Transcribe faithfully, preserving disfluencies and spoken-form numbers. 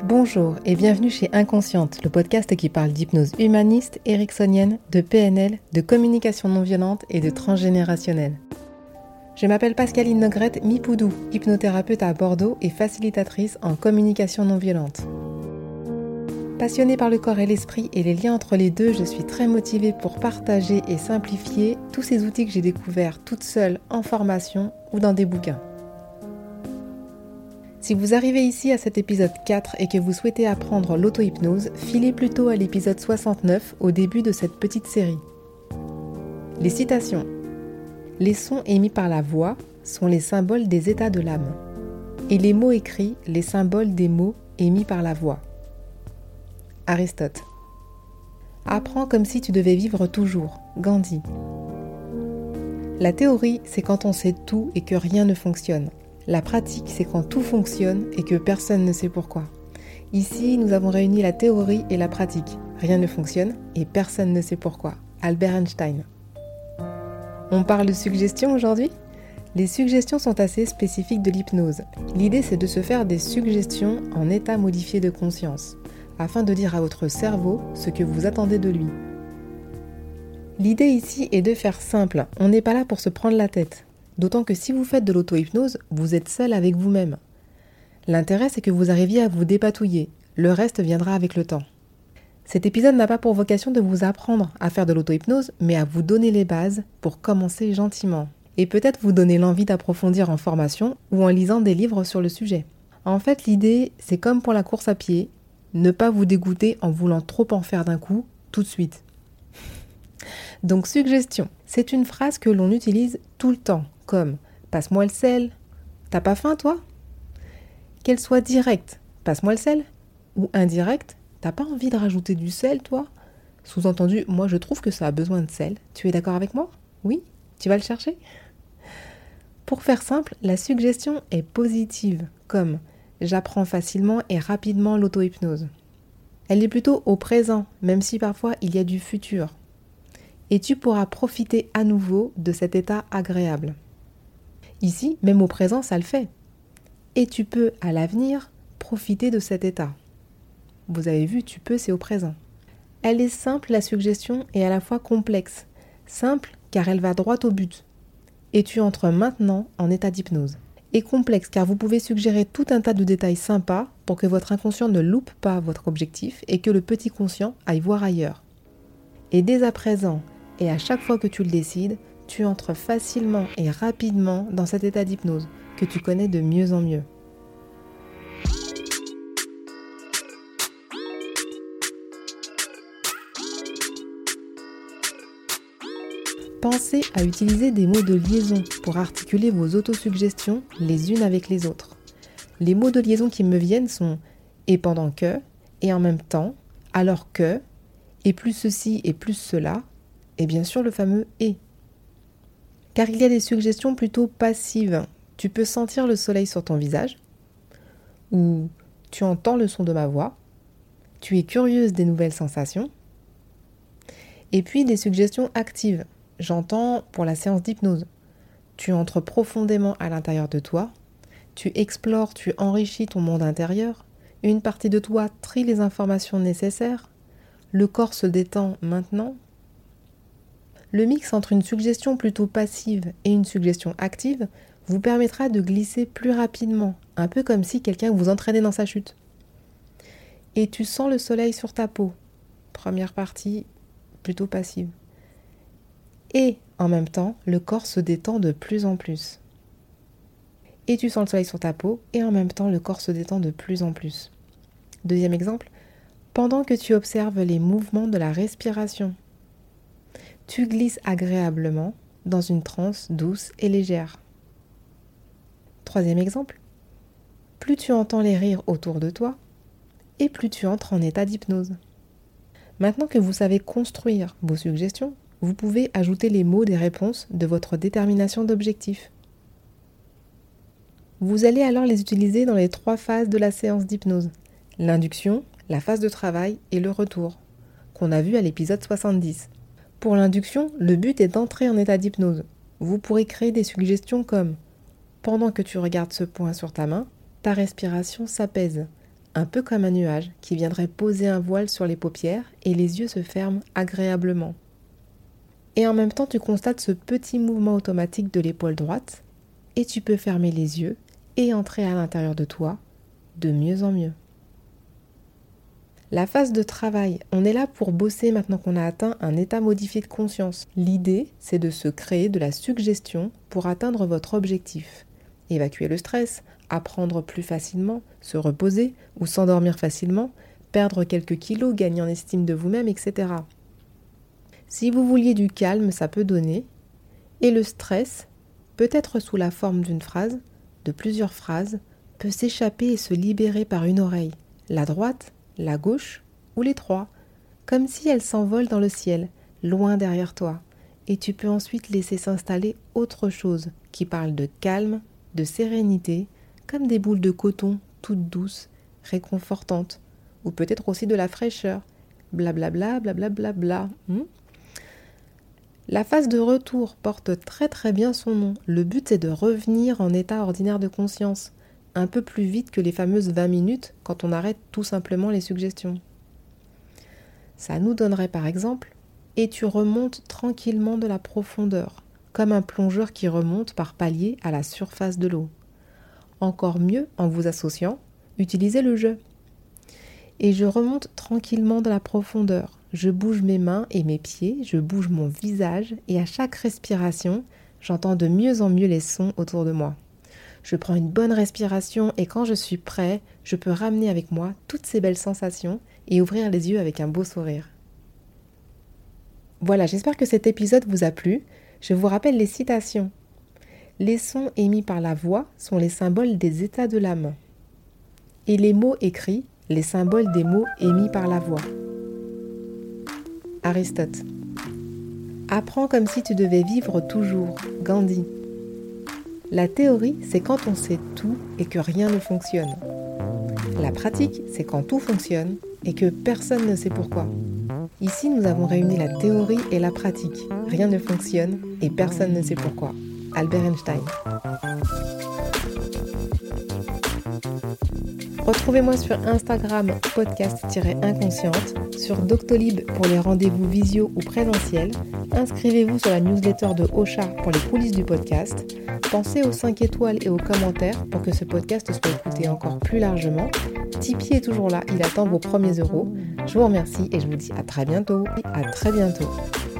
Bonjour et bienvenue chez Inconsciente, le podcast qui parle d'hypnose humaniste, ericksonienne, de P N L, de communication non violente et de transgénérationnel. Je m'appelle Pascaline Nogrette Mipoudou, hypnothérapeute à Bordeaux et facilitatrice en communication non violente. Passionnée par le corps et l'esprit et les liens entre les deux, je suis très motivée pour partager et simplifier tous ces outils que j'ai découverts toute seule en formation ou dans des bouquins. Si vous arrivez ici à cet épisode quatre et que vous souhaitez apprendre l'auto-hypnose, filez plutôt à l'épisode soixante-neuf au début de cette petite série. Les citations. Les sons émis par la voix sont les symboles des états de l'âme. Et les mots écrits, les symboles des mots émis par la voix. Aristote. Apprends comme si tu devais vivre toujours. Gandhi. La théorie, c'est quand on sait tout et que rien ne fonctionne. La pratique, c'est quand tout fonctionne et que personne ne sait pourquoi. Ici, nous avons réuni la théorie et la pratique. Rien ne fonctionne et personne ne sait pourquoi. Albert Einstein. On parle de suggestions aujourd'hui ? Les suggestions sont assez spécifiques de l'hypnose. L'idée, c'est de se faire des suggestions en état modifié de conscience, afin de dire à votre cerveau ce que vous attendez de lui. L'idée ici est de faire simple. On n'est pas là pour se prendre la tête. D'autant que si vous faites de l'auto-hypnose, vous êtes seul avec vous-même. L'intérêt, c'est que vous arriviez à vous dépatouiller. Le reste viendra avec le temps. Cet épisode n'a pas pour vocation de vous apprendre à faire de l'auto-hypnose, mais à vous donner les bases pour commencer gentiment. Et peut-être vous donner l'envie d'approfondir en formation ou en lisant des livres sur le sujet. En fait, l'idée, c'est comme pour la course à pied, ne pas vous dégoûter en voulant trop en faire d'un coup, tout de suite. Donc, suggestion, c'est une phrase que l'on utilise tout le temps. Comme « passe-moi le sel »,« t'as pas faim toi ?» Qu'elle soit directe, « passe-moi le sel » ou indirecte, « t'as pas envie de rajouter du sel toi ?» Sous-entendu, moi je trouve que ça a besoin de sel. Tu es d'accord avec moi ? Oui ? Tu vas le chercher ? Pour faire simple, la suggestion est positive, comme « j'apprends facilement et rapidement l'auto-hypnose ». Elle est plutôt au présent, même si parfois il y a du futur. Et tu pourras profiter à nouveau de cet état agréable. Ici, même au présent, ça le fait. Et tu peux, à l'avenir, profiter de cet état. Vous avez vu, tu peux, c'est au présent. Elle est simple, la suggestion, et à la fois complexe. Simple, car elle va droit au but. Et tu entres maintenant en état d'hypnose. Et complexe, car vous pouvez suggérer tout un tas de détails sympas pour que votre inconscient ne loupe pas votre objectif et que le petit conscient aille voir ailleurs. Et dès à présent, et à chaque fois que tu le décides, tu entres facilement et rapidement dans cet état d'hypnose que tu connais de mieux en mieux. Pensez à utiliser des mots de liaison pour articuler vos autosuggestions les unes avec les autres. Les mots de liaison qui me viennent sont « et pendant que » et « en même temps »,« alors que » et « plus ceci et plus cela » et bien sûr le fameux « et ». Car il y a des suggestions plutôt passives. Tu peux sentir le soleil sur ton visage, ou tu entends le son de ma voix, tu es curieuse des nouvelles sensations. Et puis des suggestions actives. J'entends pour la séance d'hypnose. Tu entres profondément à l'intérieur de toi, tu explores, tu enrichis ton monde intérieur, une partie de toi trie les informations nécessaires, le corps se détend maintenant. Le mix entre une suggestion plutôt passive et une suggestion active vous permettra de glisser plus rapidement, un peu comme si quelqu'un vous entraînait dans sa chute. Et tu sens le soleil sur ta peau. Première partie, plutôt passive. Et en même temps, le corps se détend de plus en plus. Et tu sens le soleil sur ta peau, et en même temps, le corps se détend de plus en plus. Deuxième exemple, pendant que tu observes les mouvements de la respiration, tu glisses agréablement dans une transe douce et légère. Troisième exemple, plus tu entends les rires autour de toi, et plus tu entres en état d'hypnose. Maintenant que vous savez construire vos suggestions, vous pouvez ajouter les mots des réponses de votre détermination d'objectif. Vous allez alors les utiliser dans les trois phases de la séance d'hypnose. L'induction, la phase de travail et le retour, qu'on a vu à l'épisode soixante-dix. Pour l'induction, le but est d'entrer en état d'hypnose. Vous pourrez créer des suggestions comme « Pendant que tu regardes ce point sur ta main, ta respiration s'apaise. un peu comme un nuage qui viendrait poser un voile sur les paupières et les yeux se ferment agréablement. Et en même temps, tu constates ce petit mouvement automatique de l'épaule droite et tu peux fermer les yeux et entrer à l'intérieur de toi de mieux en mieux. La phase de travail, on est là pour bosser maintenant qu'on a atteint un état modifié de conscience. L'idée, c'est de se créer de la suggestion pour atteindre votre objectif. Évacuer le stress, apprendre plus facilement, se reposer ou s'endormir facilement, perdre quelques kilos, gagner en estime de vous-même, et cetera. Si vous vouliez du calme, ça peut donner. Et le stress, peut-être sous la forme d'une phrase, de plusieurs phrases, peut s'échapper et se libérer par une oreille, la droite, la gauche ou les trois, comme si elles s'envolent dans le ciel, loin derrière toi. Et tu peux ensuite laisser s'installer autre chose qui parle de calme, de sérénité, comme des boules de coton toutes douces, réconfortantes, ou peut-être aussi de la fraîcheur, blablabla, blablabla. Bla, bla, hmm La phase de retour porte très très bien son nom. Le but c'est de revenir en état ordinaire de conscience, un peu plus vite que les fameuses vingt minutes quand on arrête tout simplement les suggestions. Ça nous donnerait par exemple « et tu remontes tranquillement de la profondeur », comme un plongeur qui remonte par paliers à la surface de l'eau. Encore mieux, en vous associant, utilisez le jeu. Et je remonte tranquillement de la profondeur. Je bouge mes mains et mes pieds, je bouge mon visage et à chaque respiration, j'entends de mieux en mieux les sons autour de moi. Je prends une bonne respiration et quand je suis prêt, je peux ramener avec moi toutes ces belles sensations et ouvrir les yeux avec un beau sourire. Voilà, j'espère que cet épisode vous a plu. Je vous rappelle les citations. Les sons émis par la voix sont les symboles des états de l'âme. Et les mots écrits, les symboles des mots émis par la voix. Aristote. Apprends comme si tu devais vivre toujours. Gandhi. La théorie, c'est quand on sait tout et que rien ne fonctionne. La pratique, c'est quand tout fonctionne et que personne ne sait pourquoi. Ici, nous avons réuni la théorie et la pratique. Rien ne fonctionne et personne ne sait pourquoi. Albert Einstein. Retrouvez-moi sur Instagram podcast-inconsciente, sur Doctolib pour les rendez-vous visio ou présentiels. Inscrivez-vous sur la newsletter de Ocha pour les coulisses du podcast. Pensez aux cinq étoiles et aux commentaires pour que ce podcast soit écouté encore plus largement. Tipeee est toujours là, il attend vos premiers euros. Je vous remercie et je vous dis à très bientôt. À très bientôt.